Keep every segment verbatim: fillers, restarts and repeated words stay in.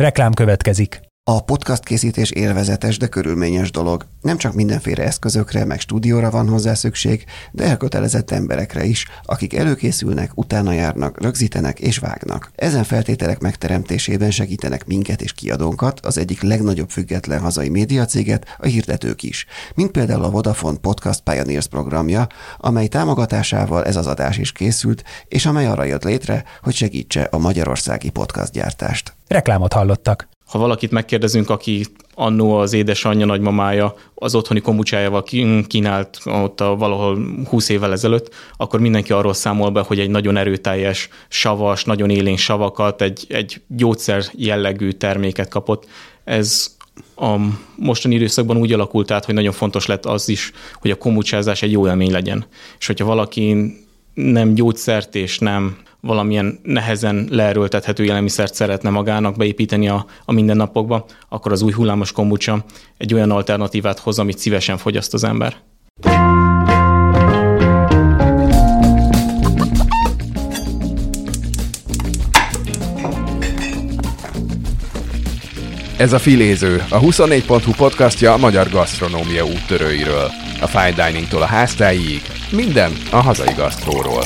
Reklám következik. A podcast készítés élvezetes, de körülményes dolog. Nem csak mindenféle eszközökre, meg stúdióra van hozzá szükség, de elkötelezett emberekre is, akik előkészülnek, utána járnak, rögzítenek és vágnak. Ezen feltételek megteremtésében segítenek minket és kiadónkat, az egyik legnagyobb független hazai médiacéget, a hirdetők is, mint például a Vodafone Podcast Pioneers programja, amely támogatásával ez az adás is készült, és amely arra jött létre, hogy segítse a magyarországi podcastgyártást. Reklámot hallottak. Ha valakit megkérdezünk, aki annó az édesanyja, nagymamája az otthoni kombucsájával kínált ott a valahol húsz évvel ezelőtt, akkor mindenki arról számol be, hogy egy nagyon erőteljes, savas, nagyon élénk savakat, egy, egy gyógyszer jellegű terméket kapott. Ez a mostani időszakban úgy alakult át, hogy nagyon fontos lett az is, hogy a kombucsázás egy jó élmény legyen. És hogyha valaki nem gyógyszert és nem valamilyen nehezen leerőltethető élelmiszert szeretne magának beépíteni a, a mindennapokba, akkor az új hullámos kombucsa egy olyan alternatívát hoz, amit szívesen fogyaszt az ember. Ez a Filéző, a huszonnégy pont hu podcastja a magyar gasztronómia úttörőiről. A fine diningtól a háztáig, minden a hazai gasztróról.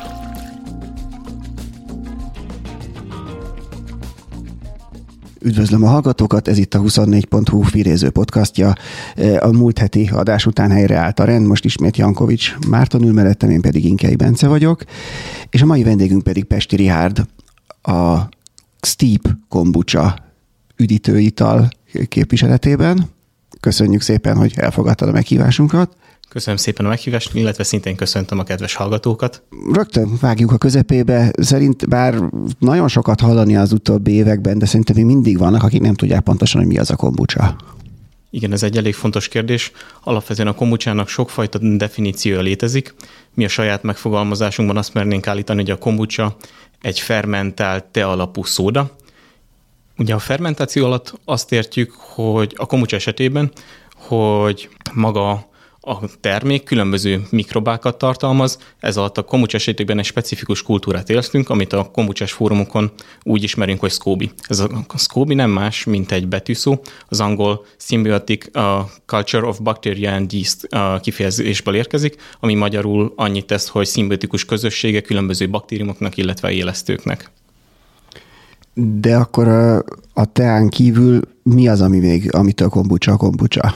Üdvözlöm a hallgatókat, ez itt a huszonnégy pont hu Filéző podcastja. A múlt heti adás után helyreállt a rend, most ismét Jankovics Márton ül mellettem, én pedig Inkei Bence vagyok, és a mai vendégünk pedig Pesti Richárd, a Steep kombucha üdítőital képviseletében. Köszönjük szépen, hogy elfogadtad a meghívásunkat. Köszönöm szépen a meghívást, illetve szintén köszöntöm a kedves hallgatókat. Rögtön vágjuk a közepébe. Szerint bár nagyon sokat hallani az utóbbi években, de szerintem még mindig vannak, akik nem tudják pontosan, hogy mi az a kombucha. Igen, ez egy elég fontos kérdés. Alapvetően a kombucsának sokfajta definíciója létezik. Mi a saját megfogalmazásunkban azt mernénk állítani, hogy a kombucha egy fermentált tea alapú szóda. Ugye a fermentáció alatt azt értjük, hogy a kombucha esetében, hogy maga a termék különböző mikrobákat tartalmaz, ez alatt a kombucha esetében egy specifikus kultúrát élesztünk, amit a kombuchás fórumokon úgy ismerünk, hogy SCOBY. Ez a SCOBY nem más, mint egy betűszó, az angol Symbiotic uh, Culture of Bacteria and Yeast uh, kifejezésből érkezik, ami magyarul annyit tesz, hogy szimbiotikus közössége különböző baktériumoknak, illetve élesztőknek. De akkor a, a teán kívül mi az, ami még, amitől kombucha a kombucha?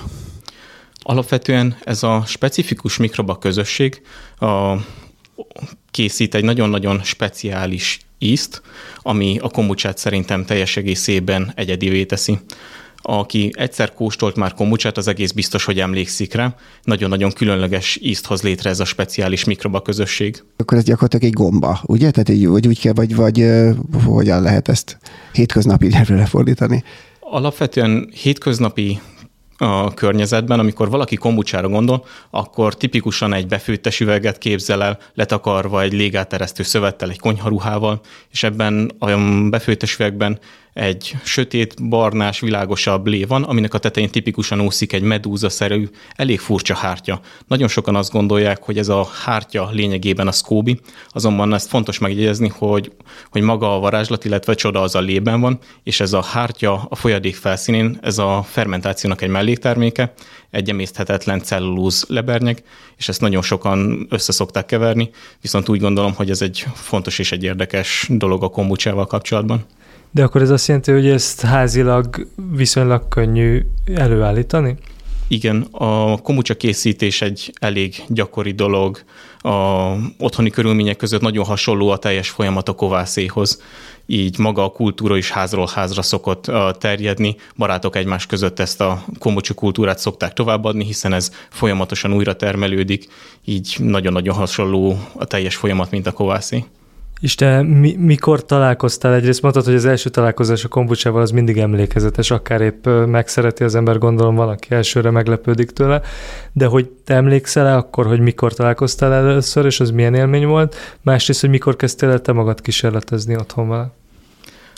Alapvetően ez a specifikus mikroba közösség a, készít egy nagyon-nagyon speciális ízt, ami a kombuchát szerintem teljes egészében egyedivé teszi. Aki egyszer kóstolt már kombuchát, az egész biztos, hogy emlékszik rá. Nagyon-nagyon különleges ízt hoz létre ez a speciális mikroba közösség. Akkor ez gyakorlatilag egy gomba, ugye? Tehát így, vagy úgy kell, vagy, vagy uh, hogyan lehet ezt hétköznapi nyelvre lefordítani? Alapvetően hétköznapi a környezetben, amikor valaki kombuchára gondol, akkor tipikusan egy befőttes üveget képzel el, letakarva egy légáteresztő szövettel, egy konyharuhával, és ebben a befőttes üvegben egy sötét, barnás, világosabb lé van, aminek a tetején tipikusan úszik egy medúzaszerű, elég furcsa hártya. Nagyon sokan azt gondolják, hogy ez a hártya lényegében a SCOBY, azonban ezt fontos megjegyezni, hogy, hogy maga a varázslat, illetve csoda az a lében van, és ez a hártya a folyadék felszínén, ez a fermentációnak egy mellékterméke, egy emészthetetlen cellulóz lebernyeg, és ezt nagyon sokan összeszokták keverni, viszont úgy gondolom, hogy ez egy fontos és egy érdekes dolog a kombuchával kapcsolatban. De akkor ez azt jelenti, hogy ezt házilag viszonylag könnyű előállítani? Igen, a kombucha készítés egy elég gyakori dolog. A otthoni körülmények között nagyon hasonló a teljes folyamat a kovászéhoz. Így maga a kultúra is házról házra szokott terjedni. Barátok egymás között ezt a kombucha kultúrát szokták továbbadni, hiszen ez folyamatosan újra termelődik. Így nagyon-nagyon hasonló a teljes folyamat, mint a kovászé. És te mi, mikor találkoztál? Egyrészt mondtad, hogy az első találkozás a kombuchával az mindig emlékezetes, akár épp megszereti az ember, gondolom valaki elsőre meglepődik tőle, de hogy te emlékszel-e akkor, hogy mikor találkoztál először, és az milyen élmény volt? Másrészt, hogy mikor kezdtél el te magad kísérletezni otthon vele?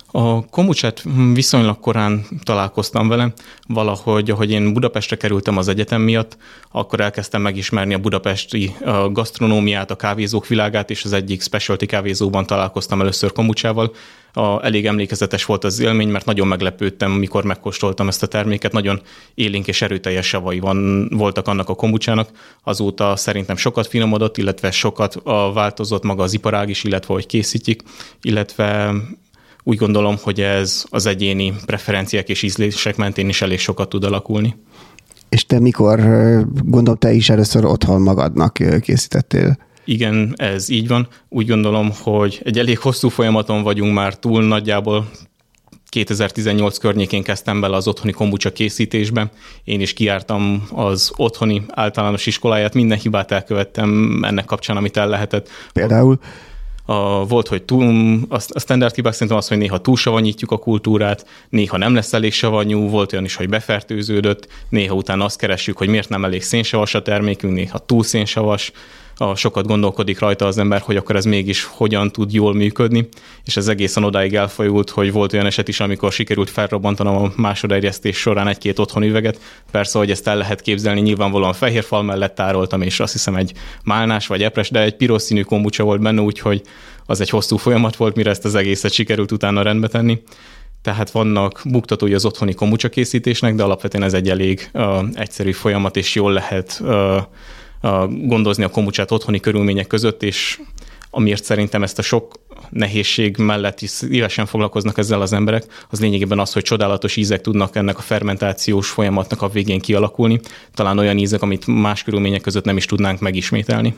A kombucsát viszonylag korán találkoztam vele, valahogy, ahogy én Budapestre kerültem az egyetem miatt, akkor elkezdtem megismerni a budapesti gasztronómiát, a kávézók világát, és az egyik specialty kávézóban találkoztam először kombucsával. A, elég emlékezetes volt az élmény, mert nagyon meglepődtem, mikor megkóstoltam ezt a terméket, nagyon élénk és erőteljes savai van, voltak annak a kombucsának. Azóta szerintem sokat finomodott, illetve sokat a, változott maga az iparág is, illetve hogy készítik, illetve úgy gondolom, hogy ez az egyéni preferenciák és ízlések mentén is elég sokat tud alakulni. És te mikor, gondolom, te is először otthon magadnak készítettél? Igen, ez így van. Úgy gondolom, hogy egy elég hosszú folyamaton vagyunk már túl, nagyjából kétezer-tizennyolc környékén kezdtem bele az otthoni kombucsa készítésbe. Én is kijártam az otthoni általános iskoláját, minden hibát elkövettem ennek kapcsán, amit el lehetett. Például? A, volt, hogy túl, a standard hibák szerintem az, hogy néha túlsavanyítjuk a kultúrát, néha nem lesz elég savanyú, volt olyan is, hogy befertőződött, néha utána azt keressük, hogy miért nem elég szénsavas a termékünk, néha túl szénsavas. A, sokat gondolkodik rajta az ember, hogy akkor ez mégis hogyan tud jól működni, és ez egészen odáig elfajult, hogy volt olyan eset is, amikor sikerült felrobbantanom a másodegyeztés során egy-két otthoni üveget. Persze, hogy ezt el lehet képzelni, nyilvánvalóan fehér fal mellett tároltam, és azt hiszem egy málnás vagy epres, de egy piros színű kombucsa volt benne, úgyhogy az egy hosszú folyamat volt, mire ezt az egészet sikerült utána rendbe tenni. Tehát vannak buktatói az otthoni kombucsa készítésnek, de alapvetően ez egy elég uh, egyszerű folyamat, és jól lehet uh, gondozni a kombucsát otthoni körülmények között, és amiért szerintem ezt a sok nehézség mellett is szívesen foglalkoznak ezzel az emberek, az lényegében az, hogy csodálatos ízek tudnak ennek a fermentációs folyamatnak a végén kialakulni. Talán olyan ízek, amit más körülmények között nem is tudnánk megismételni.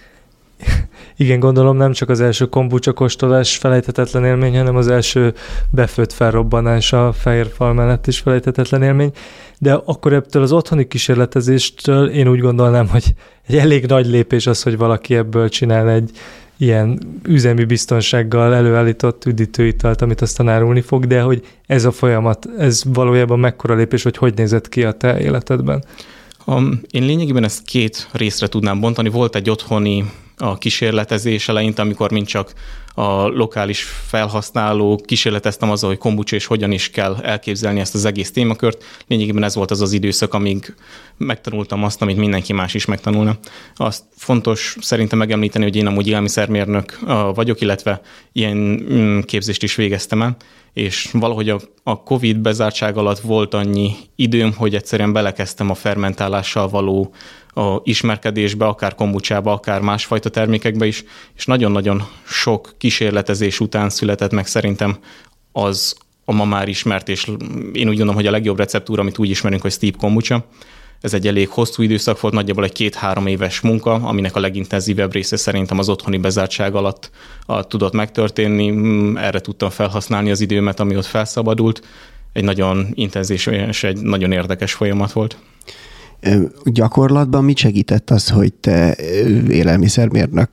Igen, gondolom nem csak az első kombucsa kóstolás felejthetetlen élmény, hanem az első befőtt felrobbanás a fehér fal mellett is felejthetetlen élmény. De akkor ebből az otthoni kísérletezéstől én úgy gondolnám, hogy egy elég nagy lépés az, hogy valaki ebből csinál egy ilyen üzemi biztonsággal előállított üdítőitalt, amit aztán árulni fog, de hogy ez a folyamat, ez valójában mekkora lépés, hogy hogy nézett ki a te életedben? Um, én lényegében ezt két részre tudnám bontani. Volt egy otthoni a kísérletezés eleinte, amikor mind csak a lokális felhasználó kísérleteztem azzal, hogy kombucsa és hogyan is kell elképzelni ezt az egész témakört. Lényegében ez volt az az időszak, amíg megtanultam azt, amit mindenki más is megtanulna. Azt fontos szerintem megemlíteni, hogy én amúgy élelmiszermérnök vagyok, illetve ilyen képzést is végeztem el, és valahogy a, a Covid bezártság alatt volt annyi időm, hogy egyszerűen belekezdtem a fermentálással való a ismerkedésbe, akár kombucsába, akár másfajta termékekbe is, és nagyon-nagyon sok kísérletezés után született meg szerintem az a ma már ismert, és én úgy gondolom, hogy a legjobb receptúra, amit úgy ismerünk, hogy steep kombucha. Ez egy elég hosszú időszak volt, nagyjából egy két-három éves munka, aminek a legintenzívebb része szerintem az otthoni bezártság alatt a, tudott megtörténni. Erre tudtam felhasználni az időmet, ami ott felszabadult. Egy nagyon intenzív és egy nagyon érdekes folyamat volt. Gyakorlatban mit segített az, hogy te élelmiszermérnök,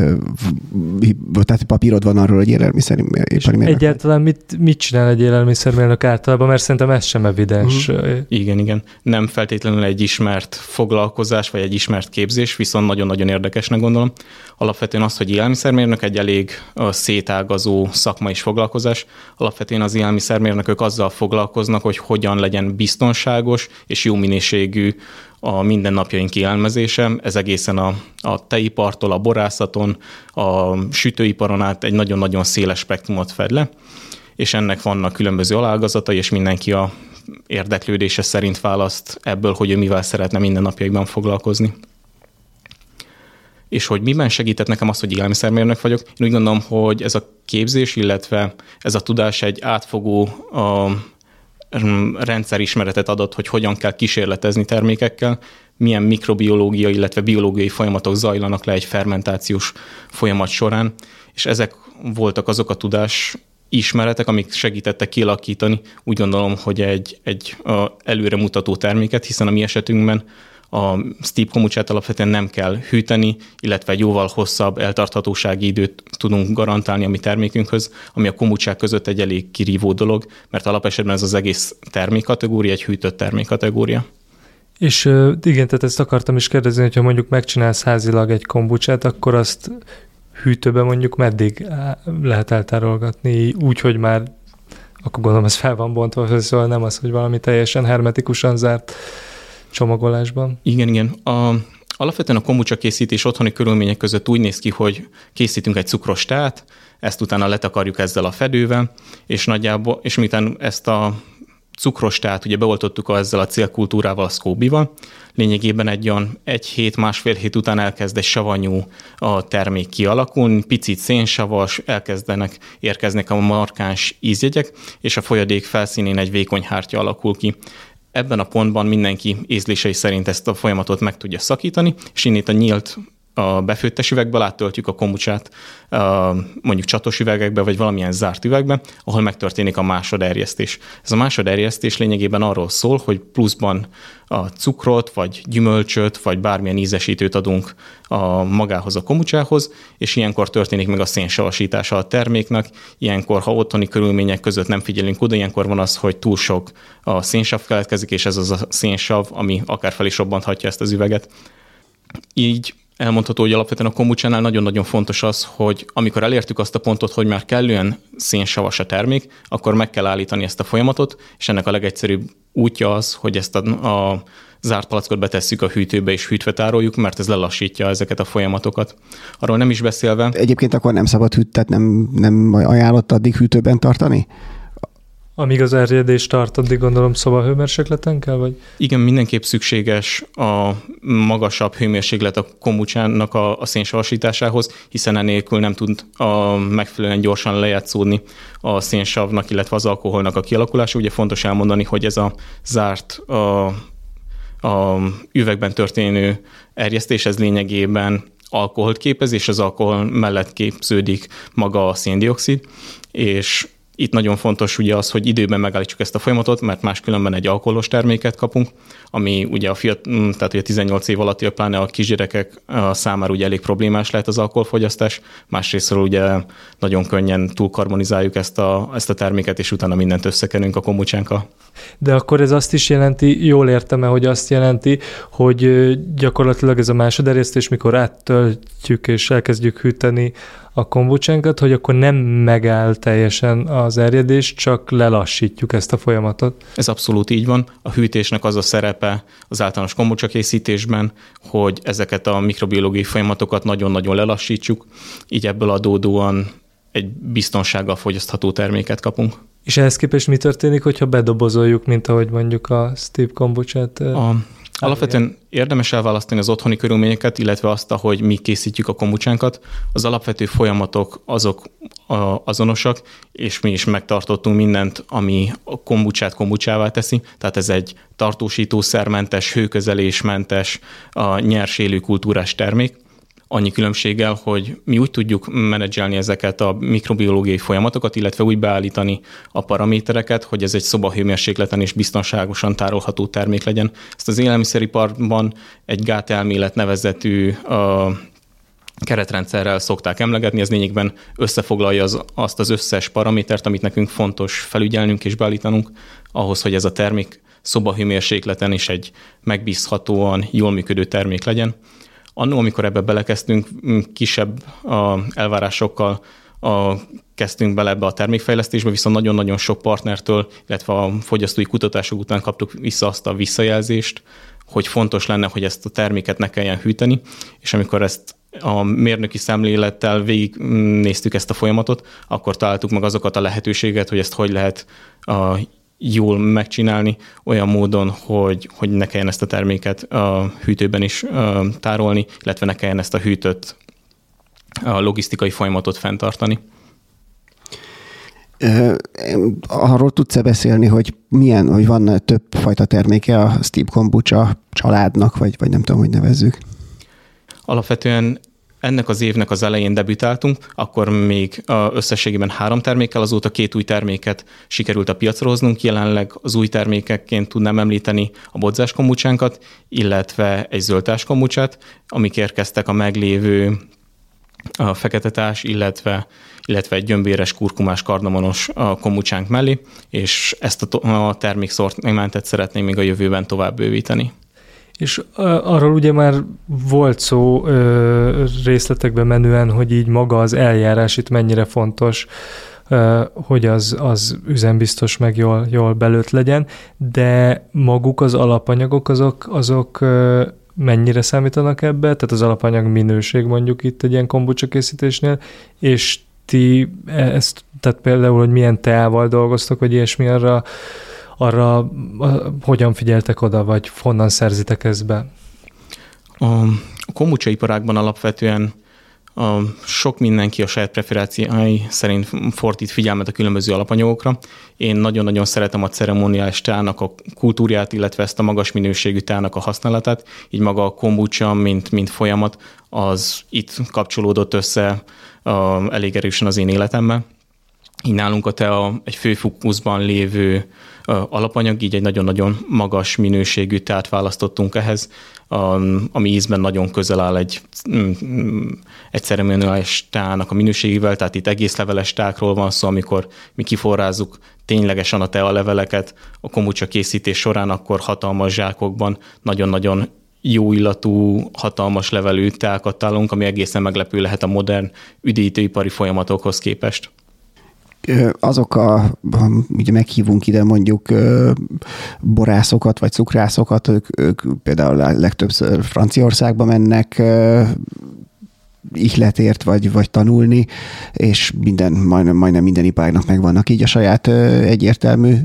tehát papírod van arról, hogy élelmiszeripari mérnök? Egyáltalán mit, mit csinál egy élelmiszermérnök általában, mert szerintem ez sem evidens. Uh-huh. Igen, igen. Nem feltétlenül egy ismert foglalkozás, vagy egy ismert képzés, viszont nagyon-nagyon érdekesnek gondolom. Alapvetően az, hogy élelmiszermérnök egy elég szétágazó szakma és foglalkozás. Alapvetően az élelmiszermérnökök azzal foglalkoznak, hogy hogyan legyen biztonságos és jó minőségű a mindennapjaink élelmezése. Ez egészen a, a tejipartól, a borászaton, a sütőiparon át egy nagyon-nagyon széles spektrumot fed le, és ennek vannak különböző alágazatai, és mindenki a érdeklődése szerint választ ebből, hogy ő mivel szeretne mindennapjaikban foglalkozni. És hogy miben segített nekem az, hogy élelmiszermérnök vagyok? Én úgy gondolom, hogy ez a képzés, illetve ez a tudás egy átfogó a rendszerismeretet adott, hogy hogyan kell kísérletezni termékekkel, milyen mikrobiológiai, illetve biológiai folyamatok zajlanak le egy fermentációs folyamat során, és ezek voltak azok a tudás ismeretek, amik segítettek kialakítani, úgy gondolom, hogy egy, egy előremutató terméket, hiszen a mi esetünkben a steep kombucsát alapvetően nem kell hűteni, illetve egy jóval hosszabb eltarthatósági időt tudunk garantálni a mi termékünkhöz, ami a kombucsák között egy elég kirívó dolog, mert alapesetben ez az egész termékkategória egy hűtött termékkategória. És igen, tehát ezt akartam is kérdezni, hogyha mondjuk megcsinálsz házilag egy kombucsát, akkor azt hűtőben mondjuk meddig lehet eltárolgatni úgy, hogy már akkor gondolom ez fel van bontva, szóval nem az, hogy valami teljesen hermetikusan zárt csomagolásban. Igen, igen. A, alapvetően a kombucha készítés otthoni körülmények között úgy néz ki, hogy készítünk egy cukros teát, ezt utána letakarjuk ezzel a fedővel, és nagyjából, és miután ezt a cukros teát ugye beoltottuk ezzel a célkultúrával, a szkóbival, lényegében egy olyan egy hét, másfél hét után elkezd egy savanyú a termék kialakulni, picit szénsavas, elkezdenek érkezni a markáns ízjegyek, és a folyadék felszínén egy vékony hártya alakul ki. Ebben a pontban mindenki ízlései szerint ezt a folyamatot meg tudja szakítani, és innét a nyílt a befőttes üvegből áttöltjük a kombucsát mondjuk csatos üvegekbe, vagy valamilyen zárt üvegbe, ahol megtörténik a másoderjesztés. Ez a másoderjesztés lényegében arról szól, hogy pluszban a cukrot, vagy gyümölcsöt, vagy bármilyen ízesítőt adunk a magához a kombucsához, és ilyenkor történik meg a szénsavasítása a terméknek. Ilyenkor, ha otthoni körülmények között nem figyelünk oda, ilyenkor van az, hogy túl sok a szénsav keletkezik, és ez az a szénsav, ami akár fel is robbanthatja ezt az üveget. Így elmondható, hogy alapvetően a kombucsánál nagyon-nagyon fontos az, hogy amikor elértük azt a pontot, hogy már kellően szénsavas a termék, akkor meg kell állítani ezt a folyamatot, és ennek a legegyszerűbb útja az, hogy ezt a, a zárt palackot betesszük a hűtőbe és hűtve tároljuk, mert ez lelassítja ezeket a folyamatokat. Arról nem is beszélve. Egyébként akkor nem szabad hűt, tehát nem, nem ajánlott addig hűtőben tartani? Amíg az erjedés tart, addig gondolom szobahőmérsékleten kell, vagy? Igen, mindenképp szükséges a magasabb hőmérséklet a kombucsának a, a szénsavasításához, hiszen enélkül nem tud a megfelelően gyorsan lejátszódni a szénsavnak, illetve az alkoholnak a kialakulása. Ugye fontos elmondani, hogy ez a zárt a, a üvegben történő erjesztés, ez lényegében alkoholt képez, és az alkohol mellett képződik maga a széndioxid, és itt nagyon fontos ugye az, hogy időben megállítsuk ezt a folyamatot, mert máskülönben egy alkoholos terméket kapunk, ami ugye a fiat, tehát ugye tizennyolc év alatti, pláne a kisgyerekek számára ugye elég problémás lehet az alkoholfogyasztás, másrésztről ugye nagyon könnyen túlkarbonizáljuk ezt a, ezt a terméket, és utána mindent összekenünk a kombucsánkkal. De akkor ez azt is jelenti, jól értem-e, hogy azt jelenti, hogy gyakorlatilag ez a másoderjesztés, mikor áttöltjük és elkezdjük hűteni a kombucsánkat, hogy akkor nem megáll teljesen az erjedés, csak lelassítjuk ezt a folyamatot. Ez abszolút így van. A hűtésnek az a szerepe az általános kombucsa készítésben, hogy ezeket a mikrobiológiai folyamatokat nagyon-nagyon lelassítsuk, így ebből adódóan egy biztonsággal fogyasztható terméket kapunk. És ehhez képest mi történik, hogyha bedobozoljuk, mint ahogy mondjuk a Steve kombucsát? A... Alapvetően érdemes elválasztani az otthoni körülményeket, illetve azt, ahogy mi készítjük a kombucsánkat. Az alapvető folyamatok azok azonosak, és mi is megtartottunk mindent, ami a kombucsát kombucsává teszi. Tehát ez egy tartósítószermentes, hőközelésmentes, a nyers élő kultúrás termék. Annyi különbséggel, hogy mi úgy tudjuk menedzselni ezeket a mikrobiológiai folyamatokat, illetve úgy beállítani a paramétereket, hogy ez egy szobahőmérsékleten és biztonságosan tárolható termék legyen. Ezt az élelmiszeriparban egy gátelmélet nevezetű a keretrendszerrel szokták emlegetni, ez lényegben összefoglalja az, azt az összes paramétert, amit nekünk fontos felügyelnünk és beállítanunk, ahhoz, hogy ez a termék szobahőmérsékleten is egy megbízhatóan jól működő termék legyen. Annó, amikor ebbe belekezdtünk, kisebb a elvárásokkal a, kezdtünk bele ebbe a termékfejlesztésbe, viszont nagyon-nagyon sok partnertől, illetve a fogyasztói kutatások után kaptuk vissza azt a visszajelzést, hogy fontos lenne, hogy ezt a terméket ne kelljen hűteni, és amikor ezt a mérnöki szemlélettel végignéztük ezt a folyamatot, akkor találtuk meg azokat a lehetőséget, hogy ezt hogy lehet a jól megcsinálni, olyan módon, hogy, hogy ne kelljen ezt a terméket a hűtőben is a, tárolni, illetve ne kelljen ezt a hűtött a logisztikai folyamatot fenntartani. Arról tudsz-e beszélni, hogy milyen, hogy van több fajta terméke a Steve Kombucha családnak, vagy, vagy nem tudom, hogy nevezzük? Alapvetően ennek az évnek az elején debütáltunk, akkor még összességében három termékkel, azóta két új terméket sikerült a piacra hoznunk. Jelenleg az új termékekként tudnám említeni a bodzás kombucsánkat, illetve egy zöldtás kombucsát, amik érkeztek a meglévő a feketetás, illetve, illetve egy gyömbéres, kurkumás, kardamonos kombucsánk mellé, és ezt a, a termékszortimentet szeretnénk még a jövőben tovább bővíteni. És arról ugye már volt szó ö, részletekben menően, hogy így maga az eljárás itt mennyire fontos hogy az, az üzembiztos meg jól, jól belőtt legyen, de maguk az alapanyagok, azok, azok mennyire számítanak ebbe? Tehát az alapanyag minőség mondjuk itt egy ilyen kombucha készítésnél, és ti ezt, tehát például, hogy milyen teával dolgoztok, vagy ilyesmi, arra, arra hogyan figyeltek oda, vagy honnan szerzitek ezt be? A kombucha iparágban alapvetően a sok mindenki a saját preferációi szerint fordít figyelmet a különböző alapanyagokra. Én nagyon-nagyon szeretem a ceremoniális teának a kultúrját, illetve ezt a magas minőségű teának a használatát. Így maga a kombucha, mint, mint folyamat, az itt kapcsolódott össze uh, elég erősen az én életemmel. Így nálunk a tea egy főfókuszban lévő uh, alapanyag, így egy nagyon-nagyon magas minőségű teát választottunk ehhez, um, ami ízben nagyon közel áll egy, um, egy ceremoniális teának a minőségével, tehát itt egész leveles teákról van szó, amikor mi kiforrázzuk ténylegesen a tea leveleket a kombucha készítés során, akkor hatalmas zsákokban nagyon-nagyon jó illatú, hatalmas levelű teákat találunk, ami egészen meglepő lehet a modern üdítőipari folyamatokhoz képest. Azok a, ugye meghívunk ide mondjuk borászokat, vagy cukrászokat, ők, ők például legtöbbször Franciaországba mennek ihletért, vagy, vagy tanulni, és minden, majdnem, majdnem minden iparágnak megvannak így a saját egyértelmű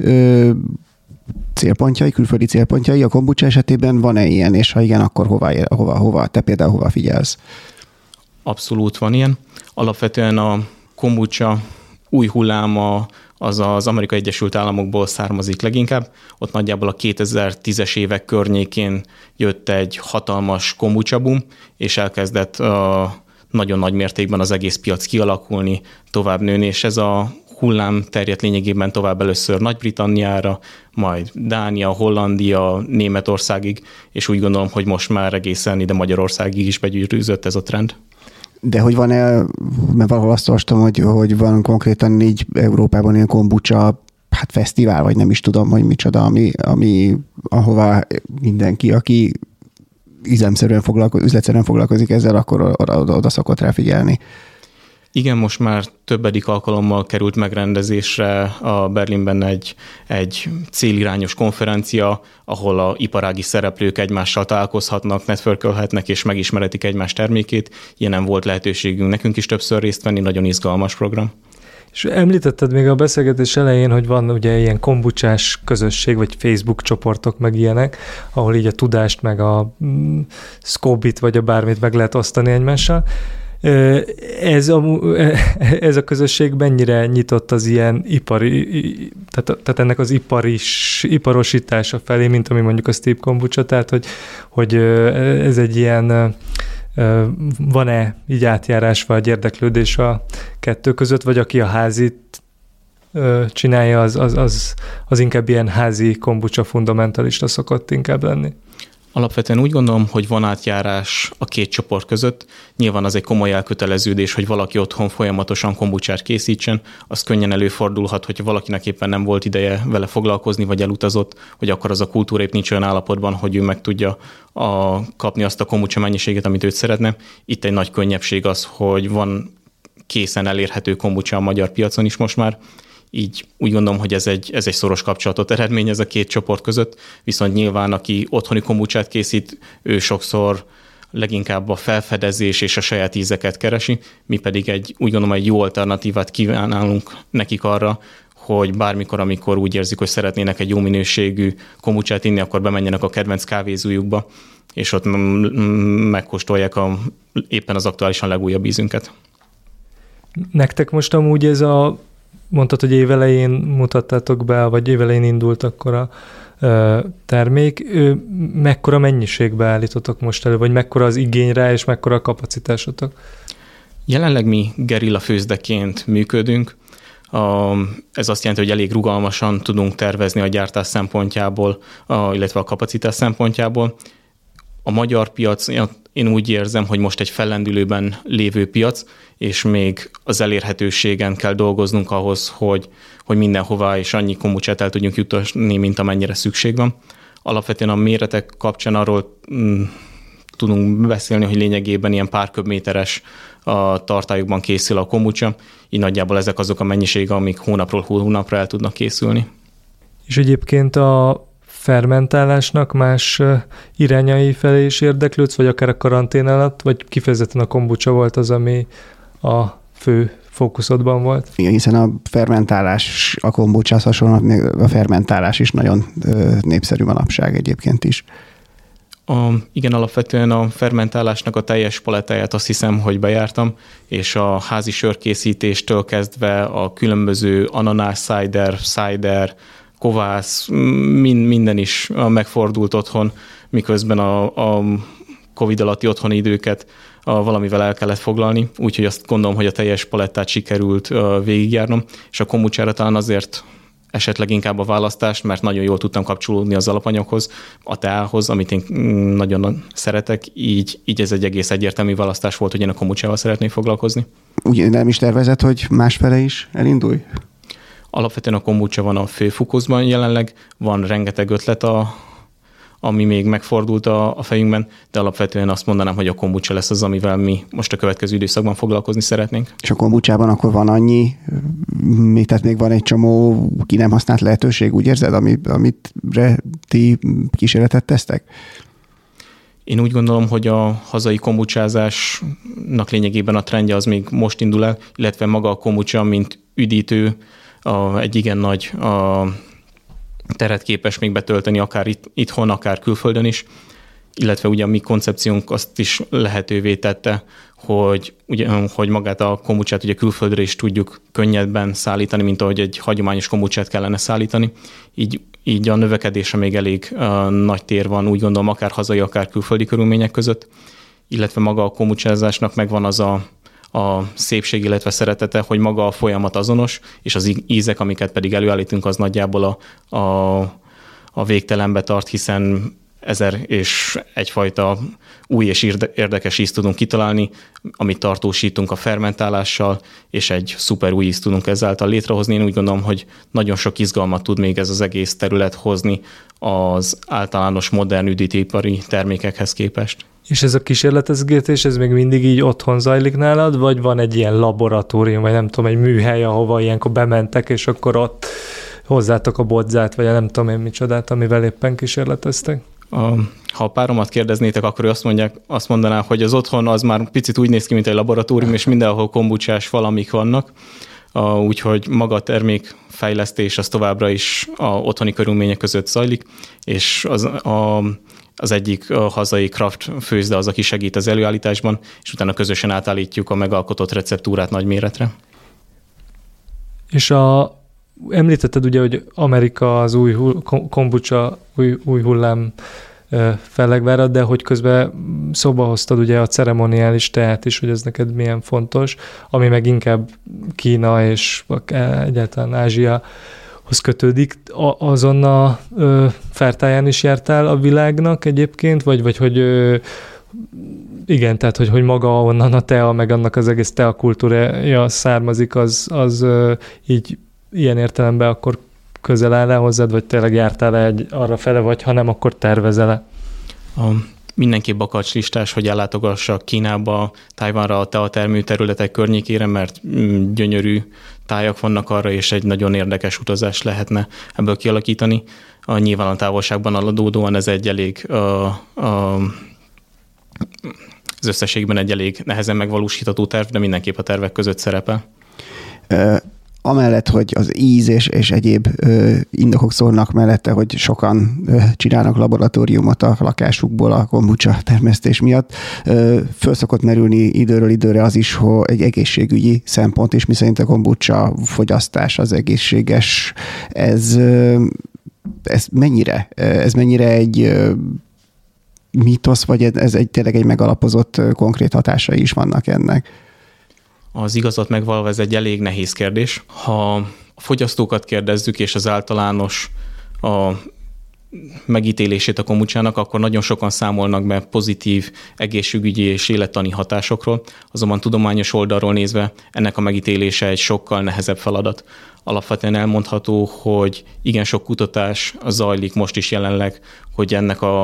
célpontjai, külföldi célpontjai. A kombucha esetében van-e ilyen, és ha igen, akkor hova, hova, hova te például hova figyelsz? Abszolút van ilyen. Alapvetően a kombucha új hulláma az az Amerikai Egyesült Államokból származik leginkább. Ott nagyjából a kétezer-tízes évek környékén jött egy hatalmas kombucha boom, és elkezdett uh, nagyon nagy mértékben az egész piac kialakulni, tovább nőni, és ez a hullám terjedt lényegében tovább először Nagy-Britanniára, majd Dánia, Hollandia, Németországig, és úgy gondolom, hogy most már egészen ide Magyarországig is begyűrűzött ez a trend. De hogy van-e, mert valahol azt olvastam, hogy, hogy van konkrétan így Európában ilyen kombucha hát fesztivál, vagy nem is tudom, hogy micsoda, ami, ami ahová mindenki, aki üzemszerűen foglalkozik, üzletszerűen foglalkozik ezzel, akkor oda, oda, oda szokott rá figyelni. Igen, most már többedik alkalommal került megrendezésre a Berlinben egy, egy célirányos konferencia, ahol a iparági szereplők egymással találkozhatnak, networkölhetnek és megismerhetik egymás termékét. Ilyen volt lehetőségünk nekünk is többször részt venni, nagyon izgalmas program. És említetted még a beszélgetés elején, hogy van ugye ilyen kombucsás közösség, vagy Facebook csoportok, meg ilyenek, ahol így a tudást, meg a mm, Scobit, vagy a bármit meg lehet osztani egymással. Ez a, ez a közösség mennyire nyitott az ilyen ipari, tehát, tehát ennek az iparis, iparosítása felé, mint ami mondjuk a Steep Kombucha, tehát hogy, hogy ez egy ilyen, van-e így átjárás vagy érdeklődés a kettő között, vagy aki a házit csinálja, az, az, az, az inkább ilyen házi kombucha fundamentalista szokott inkább lenni? Alapvetően úgy gondolom, hogy van átjárás a két csoport között. Nyilván az egy komoly elköteleződés, hogy valaki otthon folyamatosan kombuchát készítsen. Az könnyen előfordulhat, hogyha valakinek éppen nem volt ideje vele foglalkozni, vagy elutazott, hogy akkor az a kultúra épp nincs olyan állapotban, hogy ő meg tudja a, kapni azt a kombucha mennyiséget, amit őt szeretne. Itt egy nagy könnyebbség az, hogy van készen elérhető kombucha a magyar piacon is most már. Így úgy gondolom, hogy ez egy, ez egy szoros kapcsolatot eredményez a két csoport között, viszont nyilván aki otthoni kombuchát készít, ő sokszor leginkább a felfedezés és a saját ízeket keresi, mi pedig egy, úgy gondolom, egy jó alternatívát kívánálunk nekik arra, hogy bármikor, amikor úgy érzik, hogy szeretnének egy jó minőségű kombuchát inni, akkor bemenjenek a kedvenc kávézójukba, és ott megkóstolják a, éppen az aktuálisan legújabb ízünket. Nektek most amúgy ez a mondtad, hogy évelején mutattátok be, vagy évelején indult akkor a ö, termék. Ö, mekkora mennyiségbe állítotok most elő, vagy mekkora az igény rá, és mekkora a kapacitásotok? Jelenleg mi gerilla főzdeként működünk. A, ez azt jelenti, hogy elég rugalmasan tudunk tervezni a gyártás szempontjából, a, illetve a kapacitás szempontjából. A magyar piac, én úgy érzem, hogy most egy fellendülőben lévő piac, és még az elérhetőségen kell dolgoznunk ahhoz, hogy, hogy mindenhová és annyi kombuchát el tudjunk juttatni, mint amennyire szükség van. Alapvetően a méretek kapcsán arról mm, tudunk beszélni, hogy lényegében ilyen pár köbméteres a tartályokban készül a kombucha, így nagyjából ezek azok a mennyiségek, amik hónapról hónapra el tudnak készülni. És egyébként a fermentálásnak más irányai felé is érdeklődsz, vagy akár a karantén alatt, vagy kifejezetten a kombucha volt az, ami a fő fókuszodban volt? Igen, hiszen a fermentálás, a kombucsához hasonlóan a fermentálás is nagyon népszerű manapság egyébként is. A, igen, alapvetően a fermentálásnak a teljes palettáját azt hiszem, hogy bejártam, és a házi sörkészítéstől kezdve a különböző ananás cider, cider, kovász, mind, minden is megfordult otthon, miközben a, a Covid alatti otthoni időket a valamivel el kellett foglalni, úgyhogy azt gondolom, hogy a teljes palettát sikerült végigjárnom, és a kombuchára talán azért esetleg inkább a választást, mert nagyon jól tudtam kapcsolódni az alapanyaghoz, a teához, amit én nagyon szeretek, így, így ez egy egész egyértelmű választás volt, hogy én a kombuchával szeretnék foglalkozni. Ugye nem is tervezed, hogy másfele is elindulj? Alapvetően a kombucha van a főfókuszban jelenleg, van rengeteg ötlet, a, ami még megfordult a, a fejünkben, de alapvetően azt mondanám, hogy a kombucha lesz az, amivel mi most a következő időszakban foglalkozni szeretnénk. És a kombuchában akkor van annyi, még, tehát még van egy csomó ki nem használt lehetőség, úgy érzed, amit, amit ti kísérletet tesztek? Én úgy gondolom, hogy a hazai kombucházásnak lényegében a trendje az még most indul el, illetve maga a kombucha, mint üdítő, a, egy igen nagy a, teret képes még betölteni, akár itt, itthon, akár külföldön is, illetve ugye a mi koncepciónk azt is lehetővé tette, hogy, ugye, hogy magát a kombuchát ugye külföldre is tudjuk könnyebben szállítani, mint ahogy egy hagyományos kombuchát kellene szállítani. Így, így a növekedésre még elég uh, nagy tér van, úgy gondolom, akár hazai, akár külföldi körülmények között, illetve maga a kombucházásnak megvan az a a szépség, illetve szeretete, hogy maga a folyamat azonos, és az ízek, amiket pedig előállítunk, az nagyjából a, a, a végtelenbe tart, hiszen ezer és egyfajta új és érdekes ízt tudunk kitalálni, amit tartósítunk a fermentálással, és egy szuper új ízt tudunk ezáltal létrehozni. Én úgy gondolom, hogy nagyon sok izgalmat tud még ez az egész terület hozni az általános modern üdítőipari termékekhez képest. És ez a kísérletezgetés, ez még mindig így otthon zajlik nálad, vagy van egy ilyen laboratórium, vagy nem tudom, egy műhely, ahova ilyenkor bementek, és akkor ott hozzátok a bodzát, vagy nem tudom én micsodát, amivel éppen kísérleteztek? A, ha a páromat kérdeznétek, akkor ő azt, mondják, azt mondaná, hogy az otthon az már picit úgy néz ki, mint egy laboratórium, és mindenhol kombuchás valamik vannak, úgyhogy maga a termékfejlesztés az továbbra is a otthoni körülmények között zajlik, és az a az egyik a hazai craft főzde az, aki segít az előállításban, és utána közösen átállítjuk a megalkotott receptúrát nagy méretre. És a, említetted ugye, hogy Amerika az új kombucha, új, új hullám fellegvára, de hogy közben szóba hoztad ugye a ceremoniális teát is, hogy ez neked milyen fontos, ami meg inkább Kína és egyáltalán Ázsia kötődik. A, azon a ö, fertáján is jártál a világnak egyébként, vagy, vagy hogy ö, igen, tehát hogy, hogy maga onnan a tea, meg annak az egész tea kultúrája származik, az, az ö, így ilyen értelemben akkor közel áll-e hozzád, vagy tényleg jártál-e egy arra fele, vagy ha nem, akkor tervezel-e? A, mindenképp bakancslistás, hogy ellátogassak Kínába, Tajvanra, a tea termőterületek környékére, mert mm, gyönyörű tájak vannak arra, és egy nagyon érdekes utazás lehetne ebből kialakítani. A nyilván a távolságban adódóan ez egy elég a, a, az összességben egy elég nehezen megvalósítható terv, de mindenképp a tervek között szerepel. Amellett, hogy az íz és, és egyéb ö, indokok szólnak mellette, hogy sokan ö, csinálnak laboratóriumot a lakásukból a kombucha termesztés miatt, ö, föl szokott merülni időről időre az is, hogy egy egészségügyi szempont is, miszerint a kombucha fogyasztás az egészséges. Ez, ö, ez mennyire? Ez mennyire egy ö, mítosz, vagy ez egy tényleg egy megalapozott ö, konkrét hatásai is vannak ennek? Az igazat megvalva ez egy elég nehéz kérdés. Ha a fogyasztókat kérdezzük, és az általános a megítélését a kombuchának, akkor nagyon sokan számolnak be pozitív egészségügyi és élettani hatásokról, azonban tudományos oldalról nézve ennek a megítélése egy sokkal nehezebb feladat. Alapvetően elmondható, hogy igen sok kutatás zajlik most is jelenleg, hogy ennek a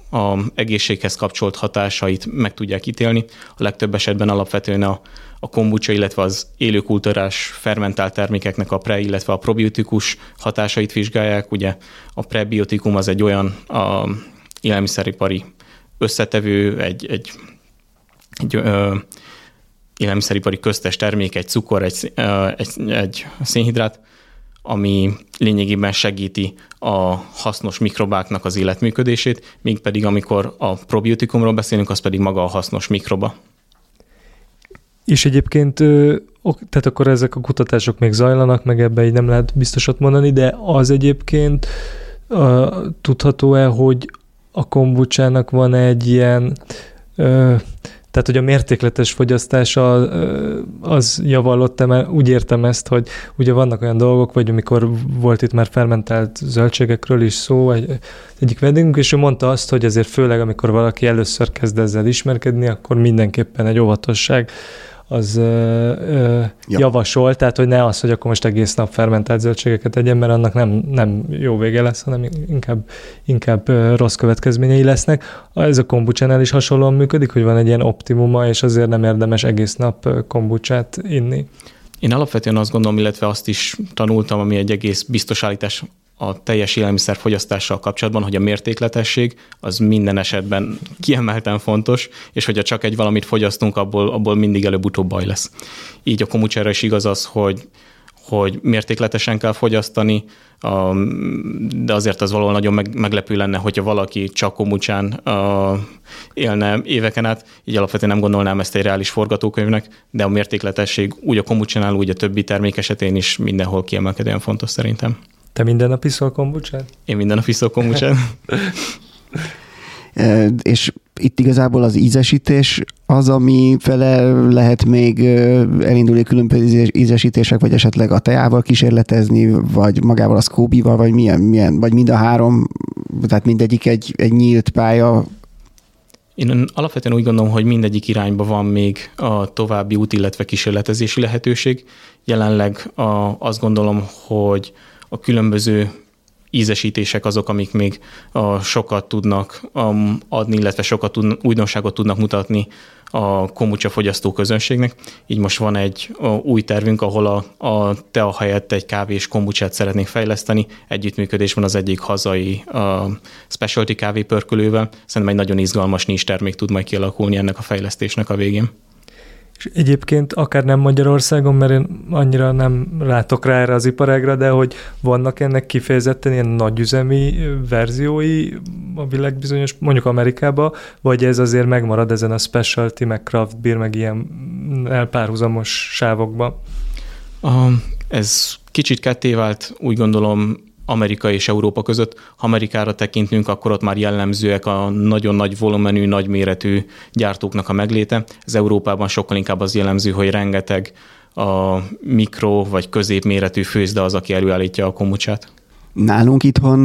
a egészséghez kapcsolt hatásait meg tudják ítélni. A legtöbb esetben alapvetően a, a kombucha, illetve az élőkultúrás fermentált termékeknek a pre, illetve a probiotikus hatásait vizsgálják. Ugye a prebiotikum az egy olyan a élelmiszeripari összetevő, egy, egy, egy ö, élelmiszeripari köztes termék, egy cukor, egy, ö, egy, egy szénhidrát, ami lényegében segíti a hasznos mikrobáknak az életműködését, míg pedig amikor a probiotikumról beszélünk, az pedig maga a hasznos mikroba. És egyébként, tehát akkor ezek a kutatások még zajlanak, meg ebben így nem lehet biztosat mondani, de az egyébként uh, tudható-e, hogy a kombucsának van egy ilyen, uh, tehát hogy a mértékletes fogyasztása az javallott, úgy értem ezt, hogy ugye vannak olyan dolgok, vagy amikor volt itt már fermentált zöldségekről is szó, egy, egyik vendégünk, és ő mondta azt, hogy azért főleg, amikor valaki először kezd ezzel ismerkedni, akkor mindenképpen egy óvatosság az ö, ö, ja. javasol, tehát hogy ne az, hogy akkor most egész nap fermentált zöldségeket egyen, mert annak nem, nem jó vége lesz, hanem inkább, inkább rossz következményei lesznek. Ez a kombucsánál is hasonlóan működik, hogy van egy ilyen optimuma, és azért nem érdemes egész nap kombucsát inni. Én alapvetően azt gondolom, illetve azt is tanultam, ami egy egész biztos állítás a teljes élelmiszer fogyasztással kapcsolatban, hogy a mértékletesség az minden esetben kiemelten fontos, és hogyha csak egy valamit fogyasztunk, abból, abból mindig előbb-utóbb baj lesz. Így a kombucsára is igaz az, hogy, hogy mértékletesen kell fogyasztani, de azért az valahol nagyon meglepő lenne, hogyha valaki csak kombucsán élne éveken át, így alapvetően nem gondolnám ezt egy reális forgatókönyvnek, de a mértékletesség úgy a kombucsánál, úgy a többi termék esetén is mindenhol kiemelkedően fontos szerintem. Te minden nap iszol kombucsát? Én minden nap iszol kombucsát. És itt igazából az ízesítés az, ami fele lehet még elindulni különböző ízesítések, vagy esetleg a teával kísérletezni, vagy magával a Scooby-val, vagy milyen, milyen, vagy mind a három, tehát mindegyik egy, egy nyílt pálya. Én alapvetően úgy gondolom, hogy mindegyik irányba van még a további út, illetve kísérletezési lehetőség. Jelenleg a, azt gondolom, hogy a különböző ízesítések azok, amik még a, sokat tudnak um, adni, illetve sokat tud, újdonságot tudnak mutatni a kombucha fogyasztó közönségnek. Így most van egy a, új tervünk, ahol a, a tea helyett egy kávés kombuchát szeretnénk fejleszteni. Együttműködésben az egyik hazai a specialty kávépörkölővel. Szerintem egy nagyon izgalmas nincs termék tud majd kialakulni ennek a fejlesztésnek a végén. És egyébként akár nem Magyarországon, mert én annyira nem látok rá erre az iparágra, de hogy vannak ennek kifejezetten ilyen nagyüzemi verziói a világ bizonyos, mondjuk Amerikában, vagy ez azért megmarad ezen a specialty, meg craft beer, meg ilyen elpárhuzamos sávokban? Um, ez kicsit ketté vált, úgy gondolom, Amerika és Európa között. Ha Amerikára tekintünk, akkor ott már jellemzőek a nagyon nagy volumenű, nagy méretű gyártóknak a megléte. Ez Európában sokkal inkább az jellemző, hogy rengeteg a mikro vagy középméretű főzde az, aki előállítja a kombucsát. Nálunk itthon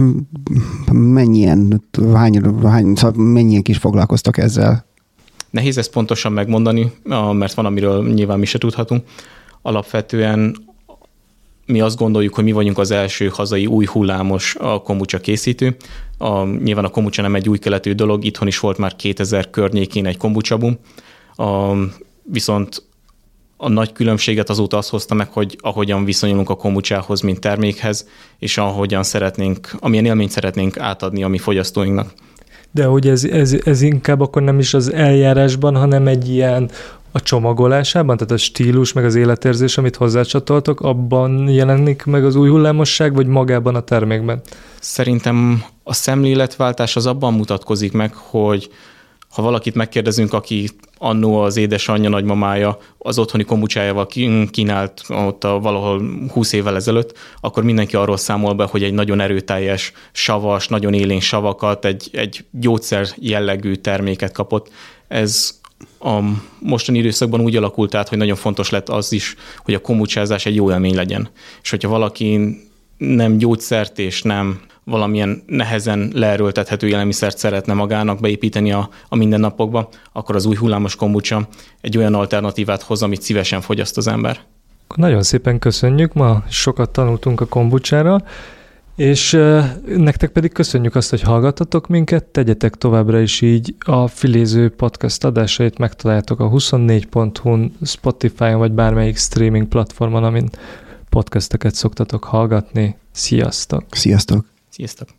mennyien, hány, hány, szóval mennyien is foglalkoztak ezzel? Nehéz ezt pontosan megmondani, mert van, amiről nyilván mi se tudhatunk. Alapvetően mi azt gondoljuk, hogy mi vagyunk az első hazai új hullámos a kombucha készítő. A, nyilván a kombucha nem egy új keletű dolog, itthon is volt már kétezer környékén egy kombucha boom. A, viszont a nagy különbséget azóta azt hozta meg, hogy ahogyan viszonyulunk a kombuchához, mint termékhez, és ahogyan szeretnénk, amilyen élményt szeretnénk átadni a mi fogyasztóinknak. De hogy ez, ez, ez inkább akkor nem is az eljárásban, hanem egy ilyen a csomagolásában, tehát a stílus, meg az életérzés, amit hozzácsatoltok, abban jelenik meg az új hullámosság, vagy magában a termékben? Szerintem a szemléletváltás az abban mutatkozik meg, hogy ha valakit megkérdezünk, aki annó az édesanyja, nagymamája az otthoni kombucsájával kínált ott a valahol húsz évvel ezelőtt, akkor mindenki arról számol be, hogy egy nagyon erőteljes, savas, nagyon élénk savakat, egy, egy gyógyszer jellegű terméket kapott. Ez a mostani időszakban úgy alakult át, hogy nagyon fontos lett az is, hogy a kombucsázás egy jó élmény legyen. És hogyha valaki nem gyógyszert és nem valamilyen nehezen leerőltethető élelmiszert szeretne magának beépíteni a, a mindennapokba, akkor az új hullámos kombucha egy olyan alternatívát hoz, amit szívesen fogyaszt az ember. Nagyon szépen köszönjük, ma sokat tanultunk a kombucsára, És uh, nektek pedig köszönjük azt, hogy hallgattatok minket, tegyetek továbbra is így. A Filéző podcast adásait megtaláljátok a huszonnégy pont hu-n, Spotify-on vagy bármelyik streaming platformon, amin podcasteket szoktatok hallgatni. Sziasztok! Sziasztok! Sziasztok!